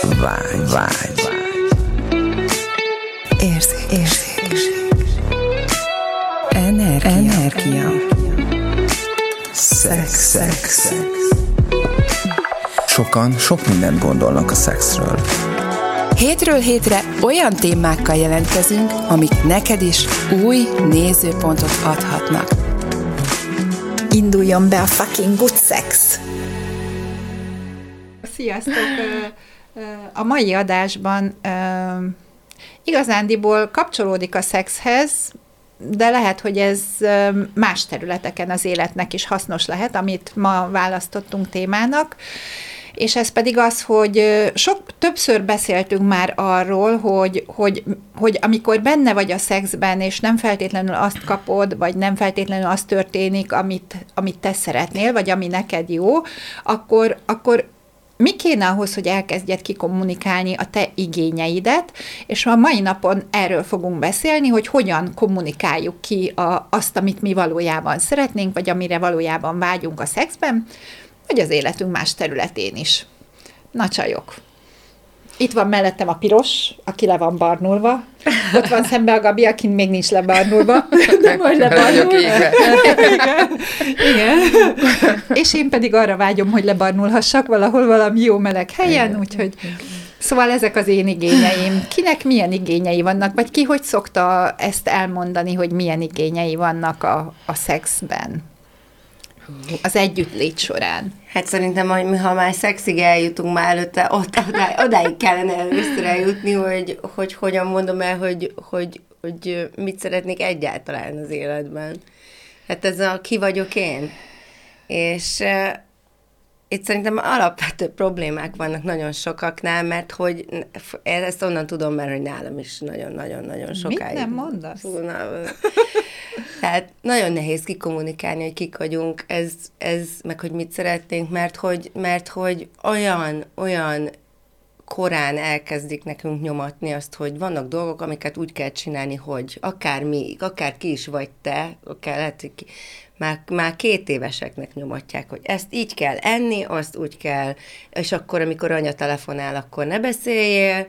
Vágy. Érzék. Energia. Szex. Sokan sok mindent gondolnak a szexről. Hétről hétre olyan témákkal jelentkezünk, amik neked is új nézőpontot adhatnak. Induljon be a fucking good sex! Sziasztok! A mai adásban igazándiból kapcsolódik a szexhez, de lehet, hogy ez más területeken az életnek is hasznos lehet, amit ma választottunk témának. És ez pedig az, hogy többször beszéltünk már arról, hogy amikor benne vagy a szexben, és nem feltétlenül azt kapod, vagy nem feltétlenül az történik, amit te szeretnél, vagy ami neked jó, akkor mi kéne ahhoz, hogy elkezdjed kikommunikálni a te igényeidet, és a mai napon erről fogunk beszélni, hogy hogyan kommunikáljuk ki azt, amit mi valójában szeretnénk, vagy amire valójában vágyunk a szexben, vagy az életünk más területén is. Na csajok! Itt van mellettem a piros, aki le van barnulva. Ott van szembe a Gabi, aki még nincs lebarnulva. De majd lebarnul. Igen. És én pedig arra vágyom, hogy lebarnulhassak valahol valami jó meleg helyen, úgyhogy... Szóval ezek az én igényeim. Kinek milyen igényei vannak, vagy ki hogy szokta ezt elmondani, hogy milyen igényei vannak a szexben? Az együttlét során. Hát szerintem, ha már szexig eljutunk, már előtte odáig kellene először eljutni, hogy hogyan mondom el, hogy mit szeretnék egyáltalán az életben. Hát ez a ki vagyok én. És itt szerintem alapvető problémák vannak nagyon sokaknál, mert hogy ezt onnan tudom már, hogy nálam is nagyon-nagyon sokáig. Mit nem mondasz? Tehát nagyon nehéz kikommunikálni, hogy kik vagyunk, ez meg hogy mit szeretnénk, mert hogy olyan korán elkezdik nekünk nyomatni azt, hogy vannak dolgok, amiket úgy kell csinálni, hogy akár ki is vagy te, akár lehet, hogy már 2 éveseknek nyomatják, hogy ezt így kell enni, azt úgy kell, és akkor, amikor anya telefonál, akkor ne beszéljél.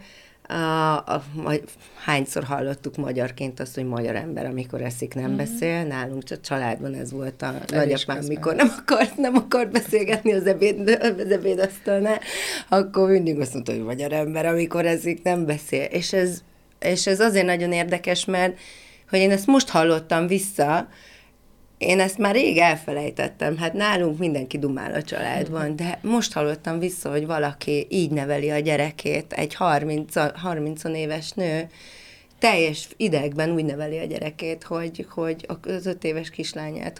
Hányszor hallottuk magyarként azt, hogy magyar ember, amikor eszik, nem beszél. Nálunk a családban ez volt a nagyapám, mikor nem akart beszélgetni az ebédasztalnál, akkor mindig azt mondta, hogy magyar ember, amikor eszik, nem beszél. És ez azért nagyon érdekes, mert hogy én ezt most hallottam vissza, én ezt már rég elfelejtettem, hát nálunk mindenki dumál a családban, de most hallottam vissza, hogy valaki így neveli a gyerekét, egy 30 éves nő, teljes idegben úgy neveli a gyerekét, hogy az 5 éves kislányát,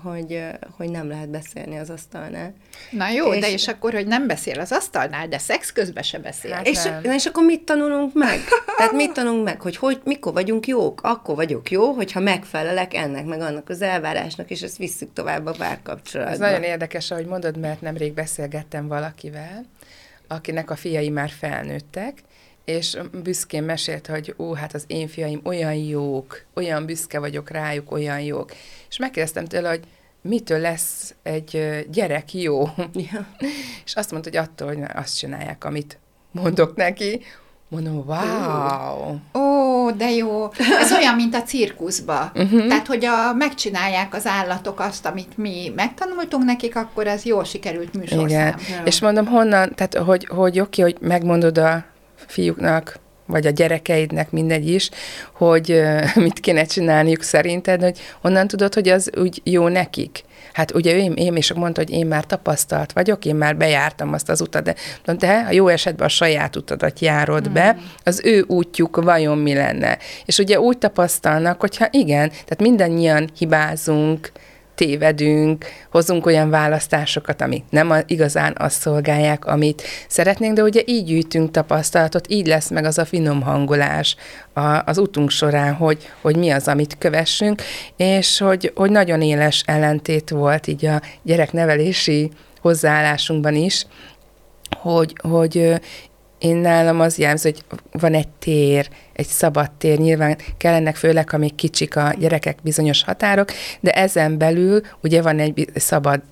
hogy nem lehet beszélni az asztalnál. Na jó, de és akkor, hogy nem beszél az asztalnál, de szex közben se beszél. Hát és akkor mit tanulunk meg? Tehát mit tanulunk meg, hogy mikor vagyunk jók? Akkor vagyok jó, hogyha megfelelek ennek, meg annak az elvárásnak, és ezt visszük tovább a párkapcsolatba. Ez nagyon érdekes, ahogy mondod, mert nemrég beszélgettem valakivel, akinek a fiai már felnőttek, és büszkén mesélt, hogy hát az én fiaim olyan jók, olyan büszke vagyok rájuk, olyan jók. És megkérdeztem tőle, hogy mitől lesz egy gyerek jó? Ja. És azt mondta, hogy attól, hogy azt csinálják, amit mondok neki. Mondom, wow! Ó, de jó. Ez olyan, mint a cirkuszba. Tehát, hogy megcsinálják az állatok azt, amit mi megtanultunk nekik, akkor ez jól sikerült műsorszám. Igen. Ja. És mondom, honnan, tehát, hogy oké, hogy megmondod a fiúknak, vagy a gyerekeidnek, mindegy is, hogy mit kéne csinálniuk szerinted, hogy honnan tudod, hogy az úgy jó nekik? Hát ugye én is mondta, hogy én már tapasztalt vagyok, én már bejártam azt az utat, de a jó esetben a saját utadat járod be, az ő útjuk vajon mi lenne? És ugye úgy tapasztalnak, hogyha igen, tehát mindannyian hibázunk, tévedünk, hozunk olyan választásokat, amik nem igazán azt szolgálják, amit szeretnénk, de ugye így gyűjtünk tapasztalatot, így lesz meg az a finom hangolás az utunk során, hogy mi az, amit kövessünk, és hogy nagyon éles ellentét volt így a gyereknevelési hozzáállásunkban is, hogy én nálam az jelző, hogy van egy tér, egy szabad tér, nyilván kellenek főleg, ha még kicsik a gyerekek bizonyos határok, de ezen belül ugye van egy szabad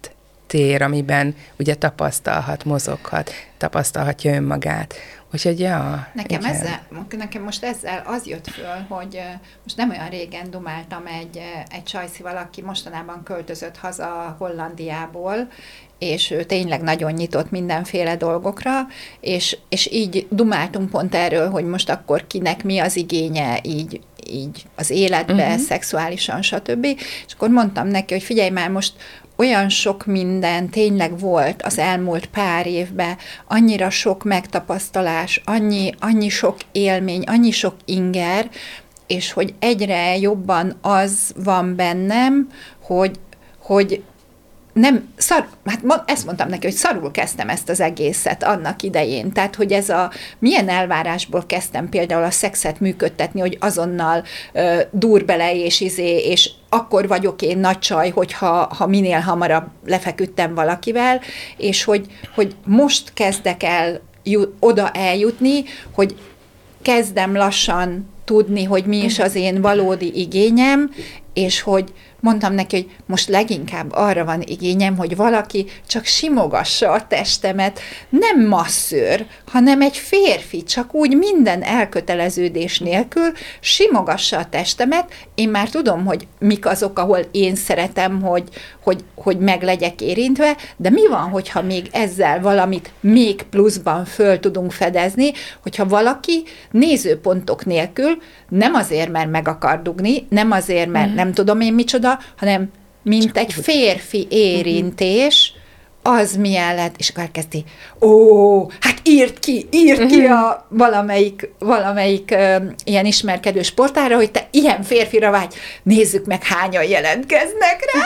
tér, amiben ugye tapasztalhat, mozoghat, tapasztalhatja önmagát. Úgyhogy, ja, Nekem most ezzel az jött föl, hogy most nem olyan régen dumáltam egy csajszival, aki mostanában költözött haza Hollandiából, és ő tényleg nagyon nyitott mindenféle dolgokra, és így dumáltunk pont erről, hogy most akkor kinek mi az igénye így az életbe, szexuálisan, stb. És akkor mondtam neki, hogy figyelj már, most olyan sok minden tényleg volt az elmúlt pár évben, annyira sok megtapasztalás, annyi sok élmény, annyi sok inger, és hogy egyre jobban az van bennem, hogy nem, ezt mondtam neki, hogy szarul kezdtem ezt az egészet annak idején. Tehát, hogy milyen elvárásból kezdtem például a szexet működtetni, hogy azonnal dur bele és akkor vagyok én nagy csaj, hogyha minél hamarabb lefeküdtem valakivel, és hogy most kezdek el oda eljutni, hogy kezdem lassan tudni, hogy mi is az én valódi igényem, és hogy mondtam neki, hogy most leginkább arra van igényem, hogy valaki csak simogassa a testemet, nem masszőr, hanem egy férfi, csak úgy minden elköteleződés nélkül simogassa a testemet. Én már tudom, hogy mik azok, ahol én szeretem, hogy meg legyek érintve, de mi van, hogyha még ezzel valamit még pluszban föl tudunk fedezni, hogyha valaki nézőpontok nélkül, nem azért, mert meg akar dugni, nem azért, mert nem tudom én micsoda, hanem mint egy férfi érintés, az milyen lett, és akkor elkezdi, hát írt ki a valamelyik ilyen ismerkedő sportára, hogy te ilyen férfira vágy, nézzük meg, hányan jelentkeznek rá.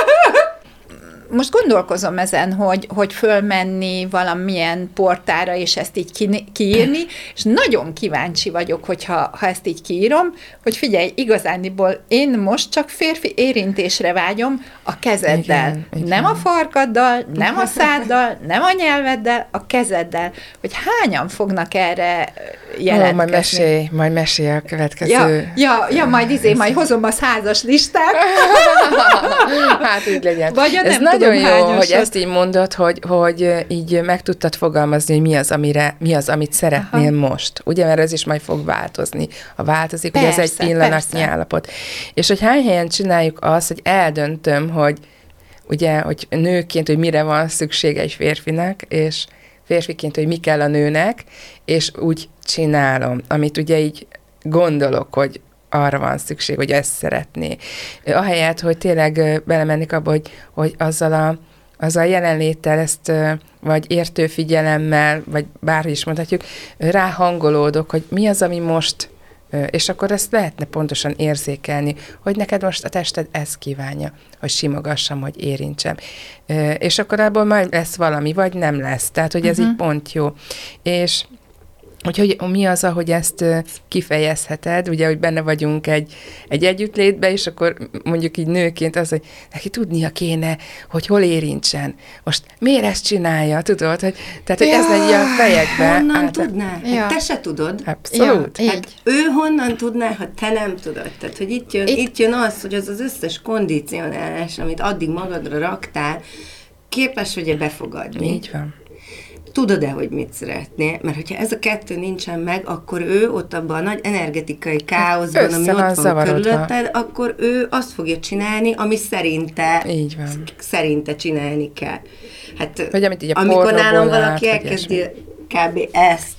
Most gondolkozom ezen, hogy fölmenni valamilyen portára, és ezt így kiírni, és nagyon kíváncsi vagyok, hogyha ezt így kiírom, hogy figyelj, igazániból én most csak férfi érintésre vágyom a kezeddel. Igen. Nem a farkaddal, nem a száddal, nem a nyelveddel, a kezeddel. Hogy hányan fognak erre jelentkezni? Majd mesélj a következő... Ja, majd hozom a 100-as listát. Hát így legyen. Vagy ez nagyon jó, hogy ezt így mondod, hogy így meg tudtad fogalmazni, hogy mi az, amit szeretnél most. Ugye, mert ez is majd fog változni. Ha változik, persze, ugye ez egy pillanatnyi állapot. És hogy hány helyen csináljuk azt, hogy eldöntöm, hogy ugye, hogy nőként, hogy mire van szüksége egy férfinak, és férfiként, hogy mi kell a nőnek, és úgy csinálom, amit ugye így gondolok, hogy arra van szükség, hogy ezt szeretné. Ahelyett, hogy tényleg belemennék abba, hogy azzal a jelenléttel ezt, vagy értő figyelemmel, vagy bárhogy is mondhatjuk, ráhangolódok, hogy mi az, ami most, és akkor ezt lehetne pontosan érzékelni, hogy neked most a tested ezt kívánja, hogy simogassam, hogy érintsem. És akkor abból majd lesz valami, vagy nem lesz. Tehát, hogy ez így pont jó. És hogy mi az, ahogy ezt kifejezheted, ugye, hogy benne vagyunk egy együttlétben, és akkor mondjuk így nőként az, hogy neki tudnia kéne, hogy hol érintsen. Most miért ezt csinálja, tudod? Hogy ez egy a fejekben. Honnan tudná? Ja. Hát te se tudod. Abszolút. Ja, hát ő honnan tudná, ha te nem tudod? Tehát, hogy itt jön az, hogy az összes kondicionálás, amit addig magadra raktál, képes vagy-e befogadni. Így van. Tudod-e, hogy mit szeretnél? Mert hogyha ez a kettő nincsen meg, akkor ő ott abban a nagy energetikai káoszban, ami ott van körülötted, akkor ő azt fogja csinálni, ami szerinte csinálni kell. Hát, vagy amit így a amikor nálam valaki elkezdi kb. Ezt.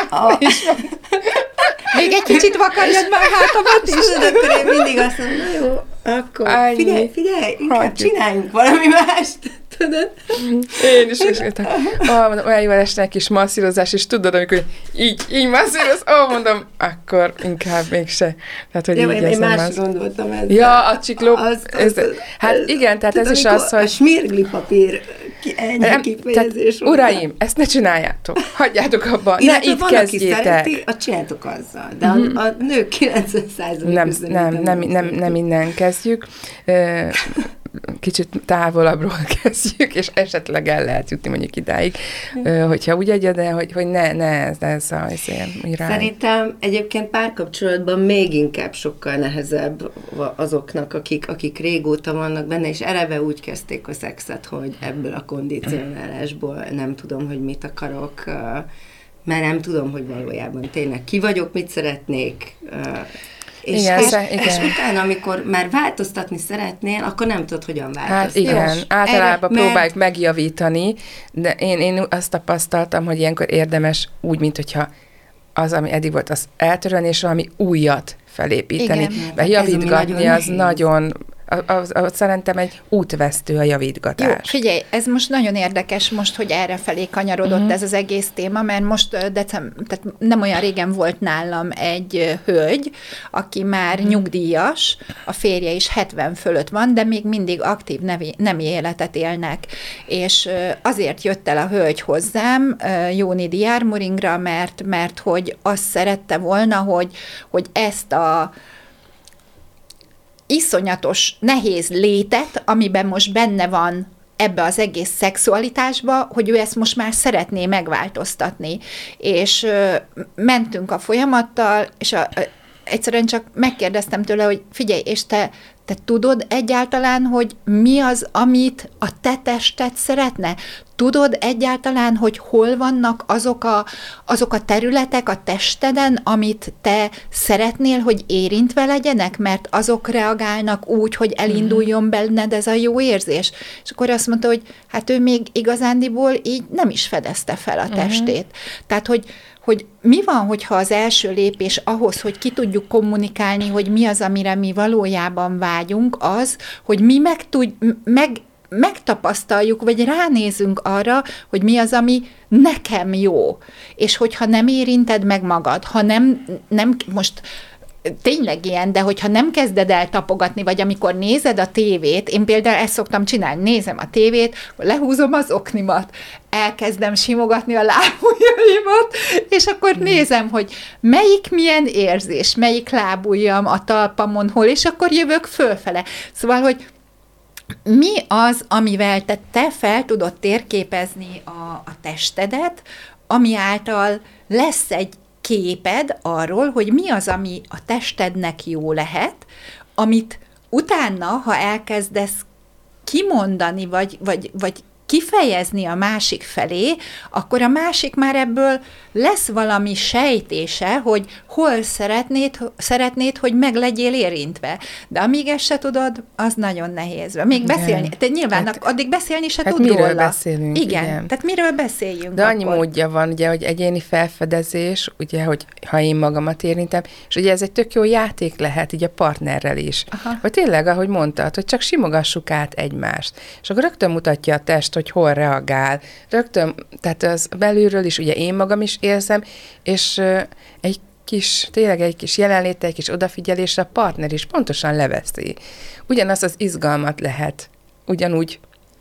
Még egy kicsit vakarjad már hátamat is. Akkor én mindig azt mondom, na jó, akkor figyelj, inkább csináljunk valami mást. Tudod? Én is olyan jól esne egy kis masszírozás, és tudod, amikor így masszíroz, mondom, akkor inkább mégse. Tehát, hogy én más gondoltam ezzel. Ja, a csikló. Hát igen, tehát ez is az, hogy... A smirglipapír kifejezés. Uraim, ezt ne csináljátok. Hagyjátok abba. Ne itt kezdjétek. Szereti, csináljátok azzal. De a nők 90% nem innen kezdjük. kicsit távolabbról kezdjük, és esetleg el lehet jutni mondjuk idáig, hogyha úgy adja, de hogy ne ez a irány. Szerintem egyébként párkapcsolatban még inkább sokkal nehezebb azoknak, akik régóta vannak benne, és eleve úgy kezdték a szexet, hogy ebből a kondicionálásból nem tudom, hogy mit akarok, mert nem tudom, hogy valójában tényleg ki vagyok, mit szeretnék, és utána, amikor már változtatni szeretnél, akkor nem tudod, hogyan változtatni. Hát igen, általában próbáljuk megjavítani, de én azt tapasztaltam, hogy ilyenkor érdemes úgy, mint hogyha az, ami eddig volt, az eltörölni, és valami újat felépíteni. Igen. Mert javítgatni az nagyon... Szerintem egy útvesztő a javítgatás. Jó, figyelj, ez most nagyon érdekes most, hogy erre felé kanyarodott ez az egész téma, mert most tehát nem olyan régen volt nálam egy hölgy, aki már nyugdíjas, a férje is 70 fölött van, de még mindig aktív nemi életet élnek. És azért jött el a hölgy hozzám Jóni Diármoringra, mert hogy azt szerette volna, hogy ezt a iszonyatos, nehéz létet, amiben most benne van ebbe az egész szexualitásba, hogy ő ezt most már szeretné megváltoztatni. És mentünk a folyamattal, és egyszerűen csak megkérdeztem tőle, hogy figyelj, és te tudod egyáltalán, hogy mi az, amit a te tested szeretne? Tudod egyáltalán, hogy hol vannak azok a területek a testeden, amit te szeretnél, hogy érintve legyenek, mert azok reagálnak úgy, hogy elinduljon benned ez a jó érzés? És akkor azt mondta, hogy hát ő még igazándiból így nem is fedezte fel a testét. Tehát, hogy mi van, hogyha az első lépés ahhoz, hogy ki tudjuk kommunikálni, hogy mi az, amire mi valójában vágyunk, az, hogy mi megtapasztaljuk, vagy ránézünk arra, hogy mi az, ami nekem jó. És hogyha nem érinted meg magad, ha nem most tényleg ilyen, de hogyha nem kezded el tapogatni, vagy amikor nézed a tévét, én például ezt szoktam csinálni, nézem a tévét, lehúzom az oknimat, elkezdem simogatni a lábujjaimat, és akkor nézem, hogy melyik milyen érzés, melyik lábujjam a talpamon hol, és akkor jövök fölfele. Szóval, hogy mi az, amivel te fel tudod térképezni a testedet, ami által lesz egy képed arról, hogy mi az, ami a testednek jó lehet, amit utána, ha elkezdesz kimondani, vagy kifejezni a másik felé, akkor a másik már ebből lesz valami sejtése, hogy hol szeretnéd, hogy meg legyél érintve. De amíg ezt se tudod, az nagyon nehéz. Még beszélni, te nyilván addig beszélni se tud miről róla. Beszélünk, igen, tehát miről beszéljünk de akkor? annyi módja van, ugye, hogy egyéni felfedezés, ugye, hogy ha én magamat érintem, és ugye ez egy tök jó játék lehet így a partnerrel is. Aha. Hogy tényleg, ahogy mondtad, hogy csak simogassuk át egymást. És akkor rögtön mutatja a test, hogy hol reagál. Rögtön, tehát az belülről is, ugye én magam is érzem, és tényleg egy kis jelenléte, egy kis odafigyelésre a partner is pontosan leveszi. Ugyanaz az izgalmat lehet, ugyanúgy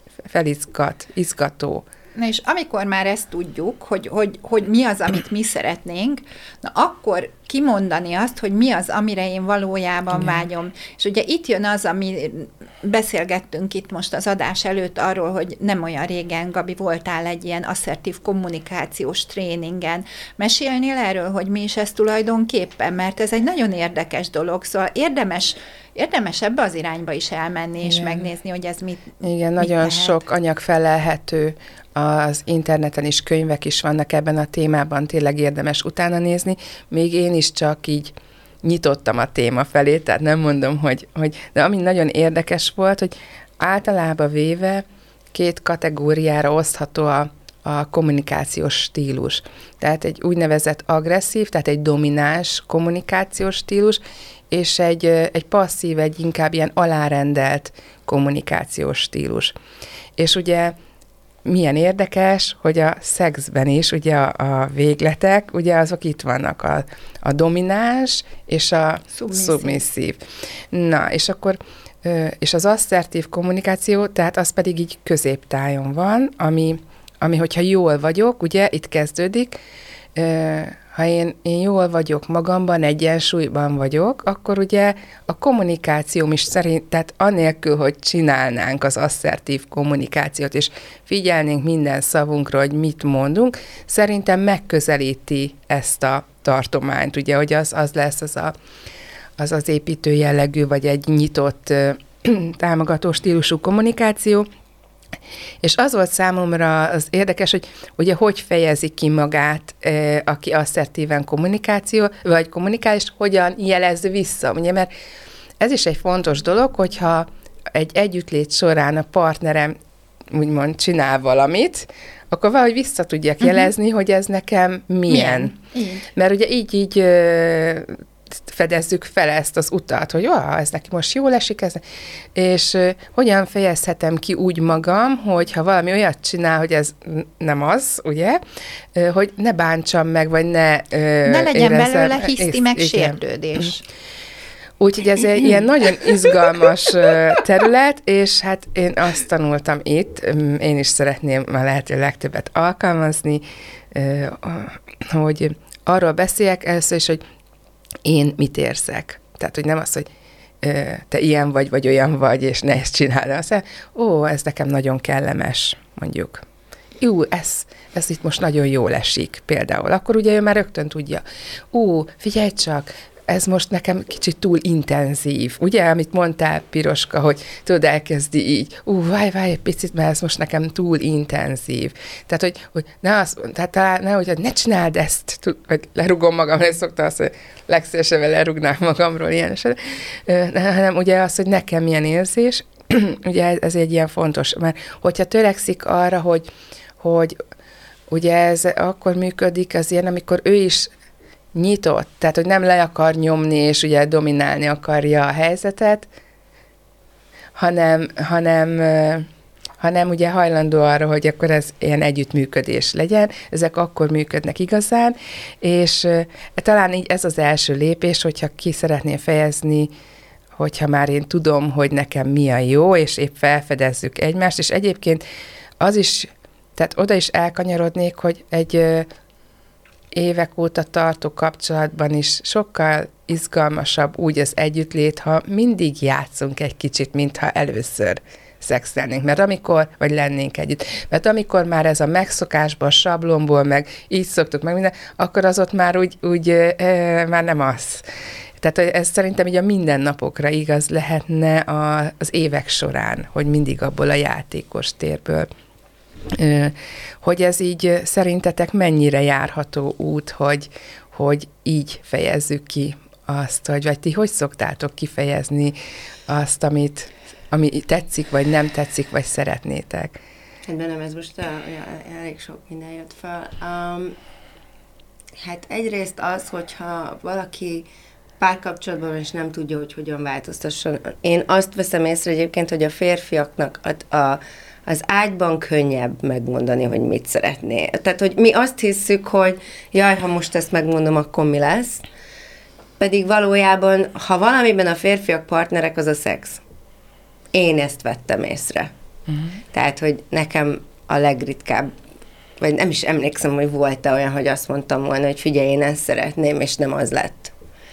izgató. Na és amikor már ezt tudjuk, hogy mi az, amit mi szeretnénk, na akkor kimondani azt, hogy mi az, amire én valójában vágyom. És ugye itt jön az, ami beszélgettünk itt most az adás előtt arról, hogy nem olyan régen, Gabi, voltál egy ilyen asszertív kommunikációs tréningen. Mesélnél erről, hogy mi is ez tulajdonképpen? Mert ez egy nagyon érdekes dolog, szóval érdemes ebbe az irányba is elmenni, és megnézni, hogy ez mit nagyon lehet. Sok anyag felelhető, az interneten is könyvek is vannak ebben a témában, tényleg érdemes utána nézni. Még én is csak így nyitottam a téma felé, tehát nem mondom, hogy de ami nagyon érdekes volt, hogy általában véve 2 kategóriára osztható a kommunikációs stílus. Tehát egy úgynevezett agresszív, tehát egy domináns kommunikációs stílus, és egy passzív, egy inkább ilyen alárendelt kommunikációs stílus. És ugye milyen érdekes, hogy a szexben is ugye a végletek, ugye azok itt vannak, a domináns és a szubmisszív. Na, és akkor és az asszertív kommunikáció, tehát az pedig így középtájon van, ami hogyha jól vagyok, ugye itt kezdődik, ha én jól vagyok magamban, egyensúlyban vagyok, akkor ugye a kommunikációm is tehát anélkül, hogy csinálnánk az asszertív kommunikációt, és figyelnénk minden szavunkra, hogy mit mondunk, szerintem megközelíti ezt a tartományt, ugye, hogy az lesz az építő jellegű, vagy egy nyitott, támogató stílusú kommunikáció. És az volt számomra az érdekes, hogy ugye hogy fejezi ki magát, aki asszertíven kommunikál, és hogyan jelez vissza. Ugye, mert ez is egy fontos dolog, hogyha egy együttlét során a partnerem úgymond csinál valamit, akkor valahogy vissza tudják jelezni, hogy ez nekem milyen. Mert ugye így fedezzük fel ezt az utat, hogy ez neki most jól esik, és hogyan fejezhetem ki úgy magam, hogy ha valami olyat csinál, hogy ez nem az, ugye, hogy ne bántsam meg, vagy ne legyen belőle hiszti meg sértődés. Úgyhogy ez egy ilyen nagyon izgalmas terület, és hát én azt tanultam itt, én is szeretném a lehető legtöbbet alkalmazni, hogy arról beszéljek először is, hogy én mit érzek. Tehát, hogy nem az, hogy te ilyen vagy olyan vagy, és ne ezt csináld. Azt mondja, ez nekem nagyon kellemes, mondjuk. Jó, ez itt most nagyon jól esik, például. Akkor ugye ő már rögtön tudja. Figyelj csak, ez most nekem kicsit túl intenzív. Ugye, amit mondtál, Piroska, hogy tudod, elkezdi így, várj egy picit, mert ez most nekem túl intenzív. Tehát, hogy ne csináld ezt, vagy lerugom magam, mert szokta azt, hogy legszívesebben lerúgnám magamról ilyen esetben, hanem ugye az, hogy nekem milyen érzés, ugye ez egy ilyen fontos, mert hogyha törekszik arra, hogy ugye ez akkor működik az ilyen, amikor ő is nyitott, tehát, hogy nem le akar nyomni, és ugye dominálni akarja a helyzetet, hanem ugye hajlandó arra, hogy akkor ez ilyen együttműködés legyen, ezek akkor működnek igazán, és talán így ez az első lépés, hogyha ki szeretném fejezni, hogyha már én tudom, hogy nekem mi a jó, és épp felfedezzük egymást, és egyébként az is, tehát oda is elkanyarodnék, hogy egy évek óta tartó kapcsolatban is sokkal izgalmasabb úgy az együttlét, ha mindig játszunk egy kicsit, mintha először szexelnénk, vagy lennénk együtt. Mert amikor már ez a megszokásban, sablonból, meg így szoktuk, meg minden, akkor az ott már úgy már nem az. Tehát ez szerintem így a mindennapokra igaz lehetne az évek során, hogy mindig abból a játékos térből. Hogy ez így szerintetek mennyire járható út, hogy így fejezzük ki azt, vagy ti hogy szoktátok kifejezni azt, ami tetszik, vagy nem tetszik, vagy szeretnétek? Hát bennem ez most elég sok minden jött fel. Hát egyrészt az, hogyha valaki párkapcsolatban és nem tudja, hogy hogyan változtasson. Én azt veszem észre egyébként, hogy a férfiaknak az ágyban könnyebb megmondani, hogy mit szeretné. Tehát, hogy mi azt hiszük, hogy jaj, ha most ezt megmondom, akkor mi lesz? Pedig valójában, ha valamiben a férfiak partnerek, az a szex. Én ezt vettem észre. Tehát, hogy nekem a legritkább, vagy nem is emlékszem, hogy volt-e olyan, hogy azt mondtam volna, hogy figyelj, én ezt szeretném, és nem az lett.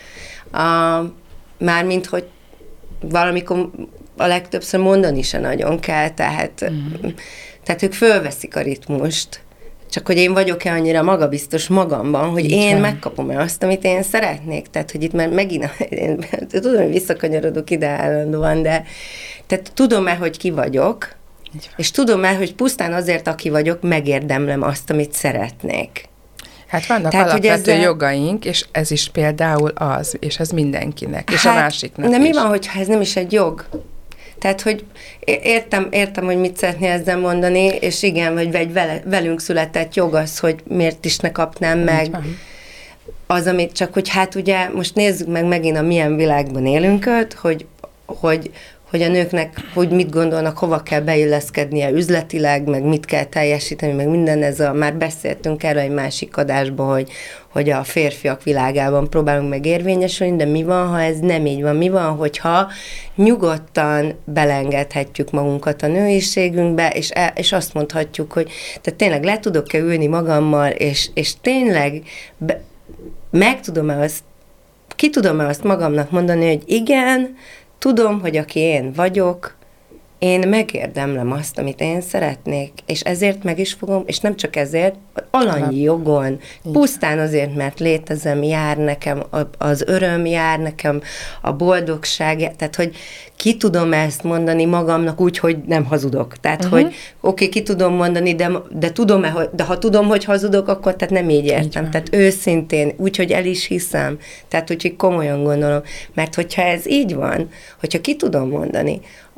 Mármint, hogy valamikor a legtöbbször mondani se nagyon kell, tehát ők fölveszik a ritmust, csak hogy én vagyok-e annyira magabiztos magamban, hogy én megkapom-e azt, amit én szeretnék. Tehát, hogy itt már megint, én tudom, hogy visszakanyarodok ide állandóan, de tehát tudom-e, hogy ki vagyok, és tudom-e, hogy pusztán azért, aki vagyok, megérdemlem azt, amit szeretnék. Hát vannak alapvető jogaink, és ez is például az, és ez mindenkinek, és a másiknak de is. Mi van, hogyha ez nem is egy jog? Tehát, hogy értem, hogy mit szeretnél ezzel mondani, és igen, vagy velünk született jog az, hogy miért is ne kapnám meg az, amit csak, hogy hát ugye most nézzük meg megint a milyen világban élünk, hogy hogy a nőknek, hogy mit gondolnak, hova kell beilleszkednie üzletileg, meg mit kell teljesíteni, meg minden ez már beszéltünk erről egy másik adásban, hogy a férfiak világában próbálunk meg érvényesülni, de mi van, ha ez nem így van? Mi van, hogyha nyugodtan belengedhetjük magunkat a nőiségünkbe, és azt mondhatjuk, hogy tehát tényleg le tudok-e ülni magammal, és tényleg ki tudom-e azt magamnak mondani, hogy igen, tudom, hogy aki én vagyok, én megérdemlem azt, amit én szeretnék, és ezért meg is fogom, és nem csak ezért, alanyi jogon, pusztán azért, mert létezem, jár nekem az öröm, jár nekem a boldogság, tehát, hogy ki tudom ezt mondani magamnak úgy, hogy nem hazudok. Tehát, hogy oké, ki tudom mondani, de tudom-e, de ha tudom, hogy hazudok, akkor tehát nem így értem. Tehát őszintén, úgy, hogy el is hiszem. Tehát, úgyhogy komolyan gondolom. Mert hogyha ez így van, hogyha ki tudom mondani,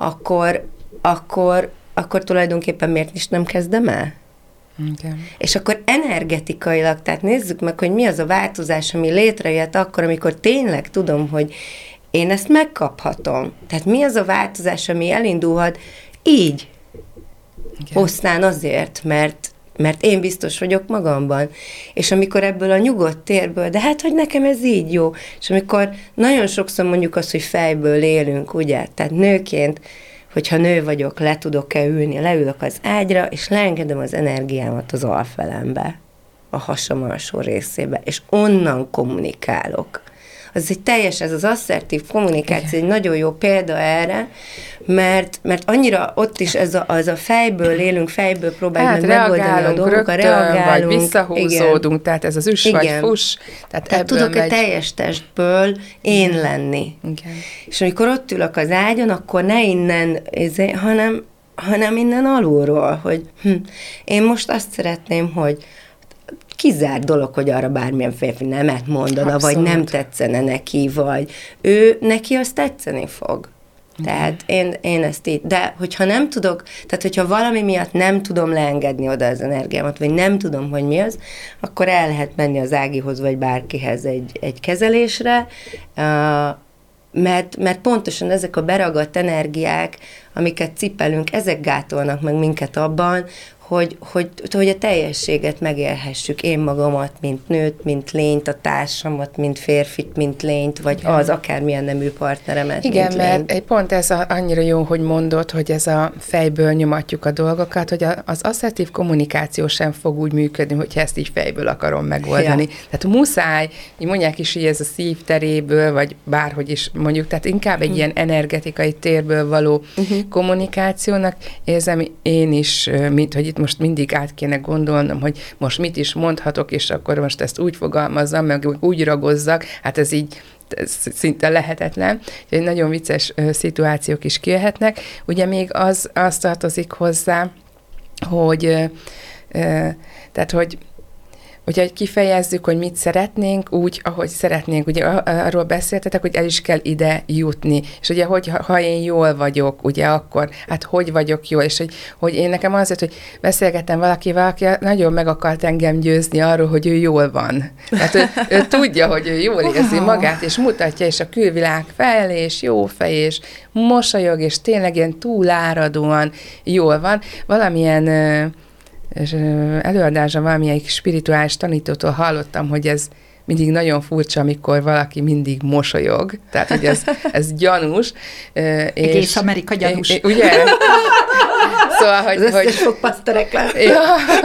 akkor tulajdonképpen miért is nem kezdem el? Okay. És akkor energetikailag, tehát nézzük meg, hogy mi az a változás, ami létrejött akkor, amikor tényleg tudom, hogy én ezt megkaphatom. Tehát mi az a változás, ami elindulhat így. Pusztán azért, mert én biztos vagyok magamban. És amikor ebből a nyugodt térből, de hát, hogy nekem ez így jó. És amikor nagyon sokszor mondjuk azt, hogy fejből élünk, ugye? Tehát nőként, hogyha nő vagyok, le tudok-e ülni, leülök az ágyra, és leengedem az energiámat az alfelembe, a hasam alsó részébe, és onnan kommunikálok. Ez az asszertív kommunikáció egy nagyon jó példa erre, mert annyira ott is az a fejből élünk, fejből próbáljuk meg megoldani a dolgokat, reagálunk. Vagy visszahúzódunk, igen. Tehát ez az üss vagy fuss. Tehát tudok-e teljes testből én lenni. Igen. És amikor ott ülök az ágyon, akkor ne innen, hanem innen alulról, hogy én most azt szeretném, hogy kizárt dolog, hogy arra bármilyen férfi nemet mondana, abszolút. Vagy nem tetszene neki, vagy neki azt tetszeni fog. Tehát én ezt így, de hogyha nem tudok, tehát hogyha valami miatt nem tudom leengedni oda az energiámat, vagy nem tudom, hogy mi az, akkor el lehet menni az Ágihoz, vagy bárkihez egy kezelésre, mert pontosan ezek a beragadt energiák, amiket cipelünk, ezek gátolnak meg minket abban, hogy a teljességet megélhessük, én magamat, mint nőt, mint lényt, a társamat, mint férfit, mint lényt, vagy igen. Az akármilyen nemű partneremet, igen, mint mert lényt. Pont ez annyira jó, hogy mondod, hogy ez a fejből nyomatjuk a dolgokat, hogy az asszertív kommunikáció sem fog úgy működni, hogyha ezt így fejből akarom megoldani. Ja. Tehát muszáj, így mondják is, hogy ez a szív teréből, vagy bárhogy is mondjuk, tehát inkább egy ilyen energetikai térből való kommunikációnak érzem én is, mint hogy itt most mindig át kéne gondolnom, hogy most mit is mondhatok, és akkor most ezt úgy fogalmazzam, meg úgy ragozzak, hát ez így szinte lehetetlen. Egy nagyon vicces szituációk is kijöhetnek. Ugye még az tartozik hozzá, hogy tehát, hogy hogyha kifejezzük, hogy mit szeretnénk, úgy, ahogy szeretnénk. Ugye arról beszéltetek, hogy el is kell ide jutni. És ugye, ha én jól vagyok, ugye akkor, hát hogy vagyok jól, és hogy én nekem azért, hogy beszélgettem valakivel, aki nagyon meg akart engem győzni arról, hogy ő jól van. Tehát ő tudja, hogy ő jól érzi magát, és mutatja, és a külvilág felé, és jó fej, és mosolyog, és tényleg ilyen túláradóan jól van. Valamilyen és előadásra valamelyik spirituális tanítótól hallottam, hogy ez mindig nagyon furcsa, amikor valaki mindig mosolyog, tehát, hogy ez gyanús. Egész Amerika gyanús. Ugye? Szóval, hogy... Az összes fog pasztereklán. Ja,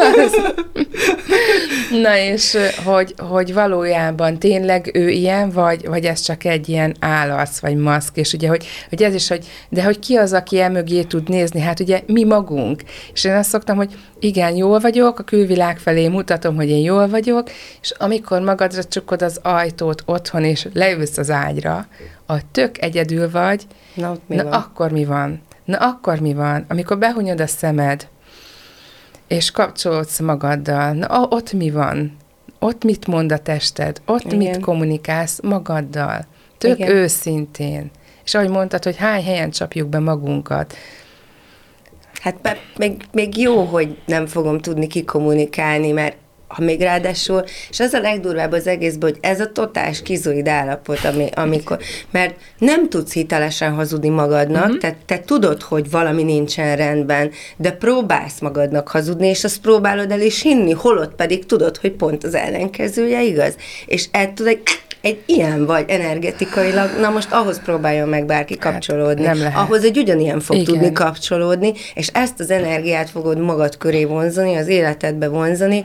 na és, hogy valójában tényleg ő ilyen, vagy ez csak egy ilyen állarc, vagy maszk, és ugye, hogy ez is, de hogy ki az, aki emögé tud nézni, hát ugye mi magunk. És én azt szoktam, hogy igen, jól vagyok, a külvilág felé mutatom, hogy én jól vagyok, és amikor magadra csukod az ajtót otthon, és leülsz az ágyra, tök egyedül vagy, na akkor mi van? Na akkor mi van? Amikor behunyod a szemed, és kapcsolódsz magaddal, na ott mi van? Ott mit mond a tested? Ott igen. Mit kommunikálsz magaddal? Tök igen. Őszintén. És ahogy mondtad, hogy hány helyen csapjuk be magunkat. Hát még jó, hogy nem fogom tudni kikommunikálni, mert ha még ráadásul, és az a legdurvább az egészben, hogy ez a totál skizoid állapot, amikor, mert nem tudsz hitelesen hazudni magadnak, tehát te tudod, hogy valami nincsen rendben, de próbálsz magadnak hazudni, és azt próbálod el is hinni, holott pedig tudod, hogy pont az ellenkezője igaz. És ettől egy ilyen vagy energetikailag, na most ahhoz próbáljon meg bárki kapcsolódni. Nem lehet. Ahhoz egy ugyanilyen fog tudni kapcsolódni, és ezt az energiát fogod magad köré vonzani, az életedbe vonzani,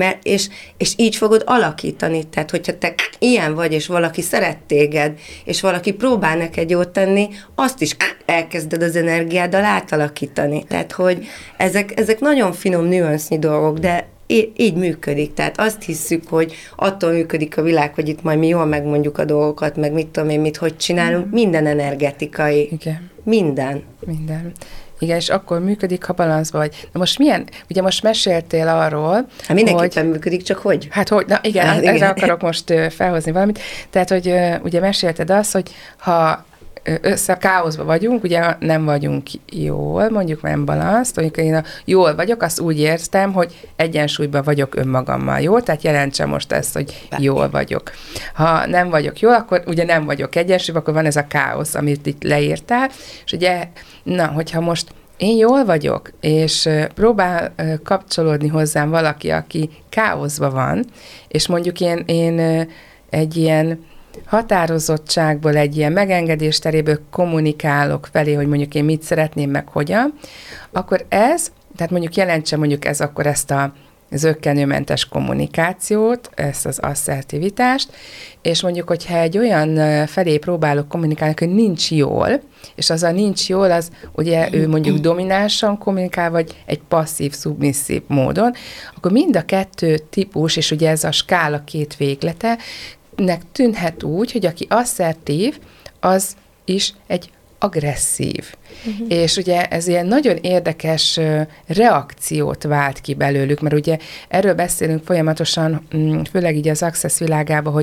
és így fogod alakítani. Tehát, hogyha te ilyen vagy, és valaki szeret téged, és valaki próbál neked jót tenni, azt is elkezded az energiáddal átalakítani. Tehát, hogy ezek nagyon finom nüansznyi dolgok, de így működik. Tehát azt hiszük, hogy attól működik a világ, hogy itt majd mi jól megmondjuk a dolgokat, meg mit tudom én, hogy csinálunk. Minden energetikai. Igen. Minden. Igen, és akkor működik, ha balanszban vagy. Na most ugye most meséltél arról, hát mindenképpen működik, csak hogy? Hát hogy, na igen, erre akarok most felhozni valamit. Tehát, hogy ugye mesélted azt, hogy ha káoszban vagyunk, ugye nem vagyunk jól, mondjuk nem balanszt, mondjuk én jól vagyok, azt úgy értem, hogy egyensúlyban vagyok önmagammal, jó? Tehát jelentse most ezt, hogy jól vagyok. Ha nem vagyok jól, akkor ugye nem vagyok egyensúlyban, akkor van ez a káosz, amit itt leírtál, és ugye, hogyha most én jól vagyok, és próbál kapcsolódni hozzám valaki, aki káoszban van, és mondjuk én egy ilyen határozottságból, egy ilyen megengedés teréből kommunikálok felé, hogy mondjuk én mit szeretném, meg hogyan, akkor tehát mondjuk jelentse mondjuk ez akkor ezt a zökkenőmentes kommunikációt, ezt az asszertivitást, és mondjuk, hogyha egy olyan felé próbálok kommunikálni, hogy nincs jól, és az a nincs jól, az ugye ő mondjuk dominánsan kommunikál, vagy egy passzív, szubmisszív módon, akkor mind a kettő típus, és ugye ez a skála két véglete, nek tűnhet úgy, hogy aki asszertív, az is egy agresszív. És ugye ez ilyen nagyon érdekes reakciót vált ki belőlük, mert ugye erről beszélünk folyamatosan, főleg így az Access világában,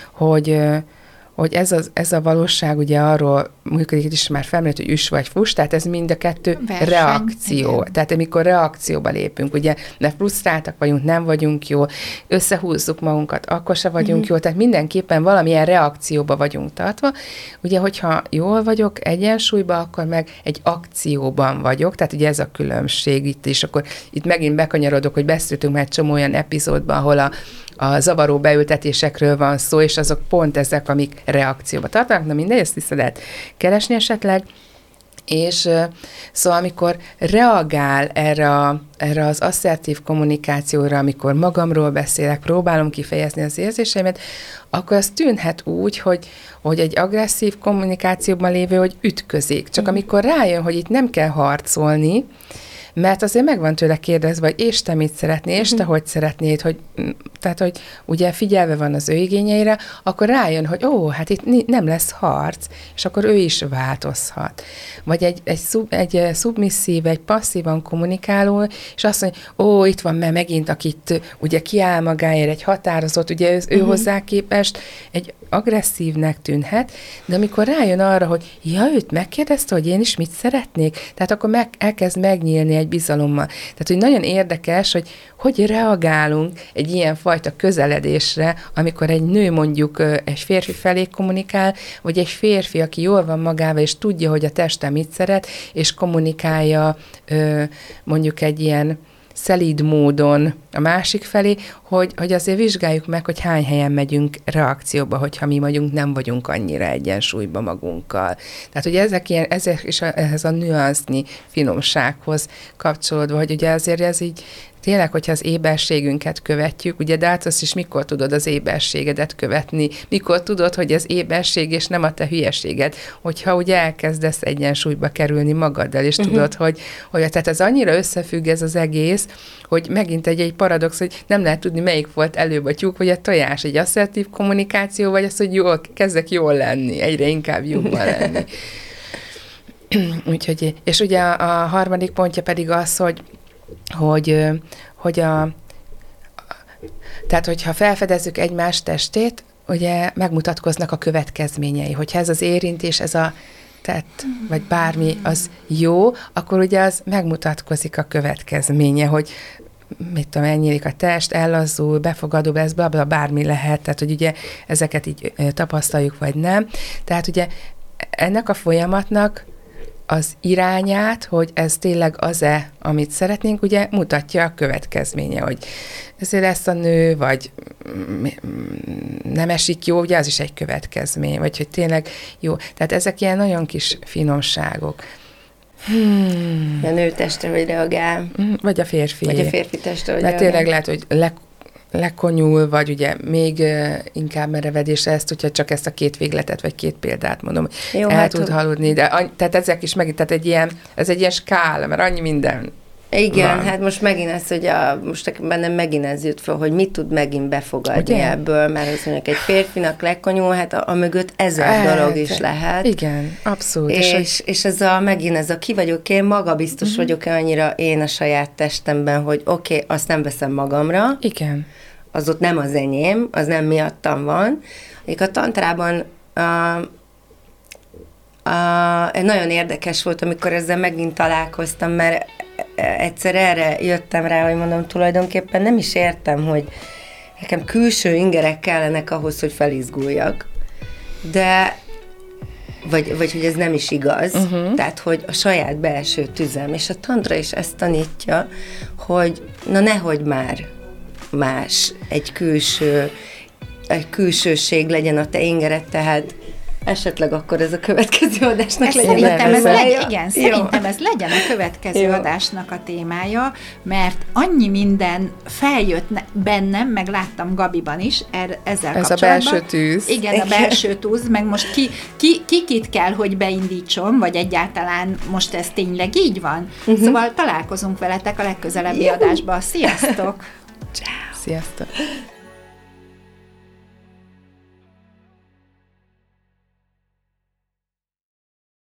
hogy ez a valóság ugye arról működik, itt is már felmerült, hogy üss vagy fuss, tehát ez mind a kettő reakció. Igen. Tehát amikor reakcióba lépünk, ugye ne frusztráltak vagyunk, nem vagyunk jó, összehúzzuk magunkat, akkor se vagyunk jó, tehát mindenképpen valamilyen reakcióba vagyunk tartva. Ugye, hogyha jól vagyok egyensúlyban, akkor meg egy akcióban vagyok, tehát ugye ez a különbség itt is, akkor itt megint bekanyarodok, hogy beszéltünk már egy csomó olyan epizódban, ahol a zavaró beültetésekről van szó, és azok pont ezek, amik reakcióba tartanak. Na mindegy, ezt vissza lehet keresni esetleg. És szóval amikor reagál erre az asszertív kommunikációra, amikor magamról beszélek, próbálom kifejezni az érzéseimet, akkor az tűnhet úgy, hogy egy agresszív kommunikációban lévő, hogy ütközik. Csak amikor rájön, hogy itt nem kell harcolni, mert azért meg van tőle kérdezve, hogy és te mit szeretnél, és te hogy szeretnéd, tehát, hogy ugye figyelve van az ő igényeire, akkor rájön, hogy hát itt nem lesz harc, és akkor ő is változhat. Vagy egy szubmisszív, egy passzívan kommunikáló, és azt mondja, itt van megint, akit ugye kiáll magáért, egy határozott, ugye ő hozzá képest egy agresszívnek tűnhet, de amikor rájön arra, hogy őt megkérdezte, hogy én is mit szeretnék, tehát akkor elkezd megnyílni egy bizalommal. Tehát, hogy nagyon érdekes, hogy reagálunk egy ilyen fajta közeledésre, amikor egy nő mondjuk egy férfi felé kommunikál, vagy egy férfi, aki jól van magával, és tudja, hogy a teste mit szeret, és kommunikálja mondjuk egy ilyen szelíd módon a másik felé, hogy azért vizsgáljuk meg, hogy hány helyen megyünk reakcióba, hogyha mi vagyunk, nem vagyunk annyira egyensúlyban magunkkal. Tehát, hogy ezek is ehhez a nüansznyi finomsághoz kapcsolódva, hogy ugye azért ez így tényleg, hogyha az éberségünket követjük, ugye, de hát azt is mikor tudod az éberségedet követni, mikor tudod, hogy ez éberség, és nem a te hülyeséged, hogyha ugye elkezdesz egyensúlyba kerülni magaddal, és tudod, hogy tehát ez annyira összefügg ez az egész, hogy megint egy paradox, hogy nem lehet tudni, melyik volt előbb a tyúk, vagy a tojás, egy asszertív kommunikáció, vagy az, hogy kezdek jól lenni, egyre inkább jobban lenni. Úgyhogy, és ugye a harmadik pontja pedig az, tehát, hogyha felfedezzük egymás testét, ugye megmutatkoznak a következményei. Hogyha ez az érintés, ez a tett, vagy bármi az jó, akkor ugye az megmutatkozik a következménye, hogy mit tudom, elnyílik a test, ellazul, befogadó lesz, blabla, bármi lehet, tehát hogy ugye ezeket így tapasztaljuk, vagy nem. Tehát ugye ennek a folyamatnak az irányát, hogy ez tényleg az-e, amit szeretnénk, ugye mutatja a következménye, hogy ezért lesz a nő, vagy nem esik jó, ugye az is egy következmény, vagy hogy tényleg jó. Tehát ezek ilyen nagyon kis finomságok. A nő testre, hogy reagál. Vagy a férfi. Vagy a férfi testre, hogy reagál. Tényleg lehet, hogy lekonyul, vagy ugye még inkább merevedésre ezt, hogyha csak ezt a két végletet, vagy két példát mondom, jó, el tud haludni, de tehát ezek is megint, tehát ez egy ilyen skála, mert annyi minden. Igen, van. Hát most megint ez, hogy most bennem megint ez jut fel, hogy mit tud megint befogadni ugye? Ebből, mert az mondjuk egy férfinak lekonyul, hát a mögött ezer dolog is lehet. Igen, abszolút. És ez megint ez ki vagyok én, magabiztos vagyok annyira én a saját testemben, hogy oké, azt nem veszem magamra. Igen. Az ott nem az enyém, az nem miattam van. A tantrában nagyon érdekes volt, amikor ezzel megint találkoztam, mert egyszer erre jöttem rá, hogy mondom, tulajdonképpen nem is értem, hogy nekem külső ingerek kellenek ahhoz, hogy felizguljak. De, vagy hogy ez nem is igaz. Tehát, hogy a saját belső tüzem, és a tantra is ezt tanítja, hogy na nehogy már más, egy külsőség legyen a te ingered, tehát esetleg akkor ez a következő adásnak legyen. Szerintem ez legyen a következő adásnak a témája, mert annyi minden feljött bennem, meg láttam Gabiban is ezzel ez kapcsolatban. Ez a belső tűz. Igen, a belső tűz, meg most kit kell, hogy beindítson, vagy egyáltalán most ez tényleg így van. Szóval találkozunk veletek a legközelebbi adásban. Sziasztok! Ciao. Sziasztok!